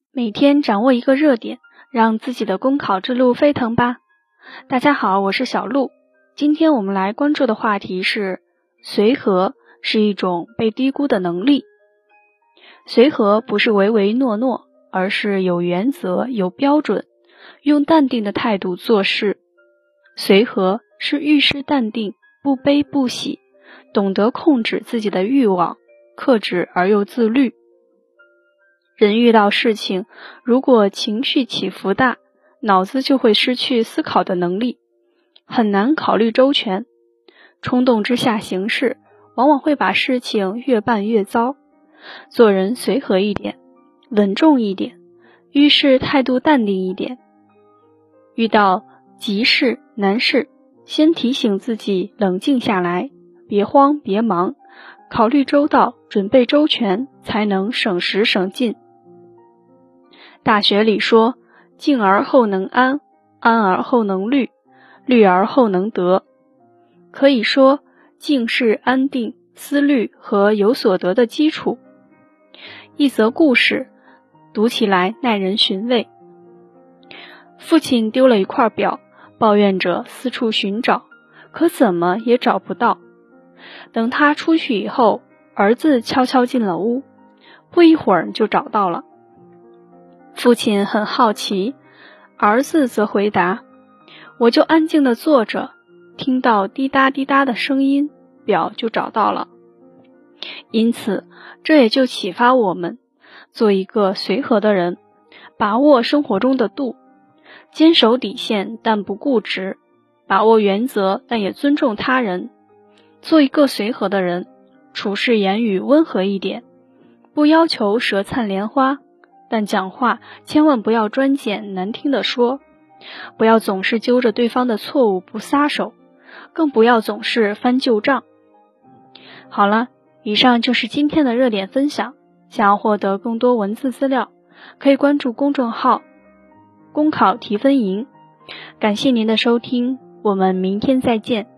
每天掌握一个热点，让自己的公考之路飞腾吧。大家好，我是小鹿。今天我们来关注的话题是随和是一种被低估的能力。随和不是唯唯诺诺，而是有原则、有标准，用淡定的态度做事。随和是遇事淡定，不悲不喜，懂得控制自己的欲望，克制而又自律。人遇到事情，如果情绪起伏大，脑子就会失去思考的能力，很难考虑周全，冲动之下行事，往往会把事情越办越糟。做人随和一点，稳重一点，遇事态度淡定一点。遇到急事难事，先提醒自己冷静下来，别慌别忙，考虑周到，准备周全，才能省时省劲。大学里说，静而后能安，安而后能虑，虑而后能得。可以说，静是安定、思虑和有所得的基础。一则故事，读起来耐人寻味。父亲丢了一块表，抱怨着四处寻找，可怎么也找不到。等他出去以后，儿子悄悄进了屋，不一会儿就找到了。父亲很好奇，儿子则回答：我就安静地坐着，听到滴答滴答的声音，表就找到了。因此，这也就启发我们，做一个随和的人，把握生活中的度，坚守底线但不固执，把握原则但也尊重他人。做一个随和的人，处事言语温和一点，不要求舌灿莲花，但讲话千万不要专捡难听的说，不要总是揪着对方的错误不撒手，更不要总是翻旧账。好了，以上就是今天的热点分享。想要获得更多文字资料，可以关注公众号公考提分营。感谢您的收听，我们明天再见。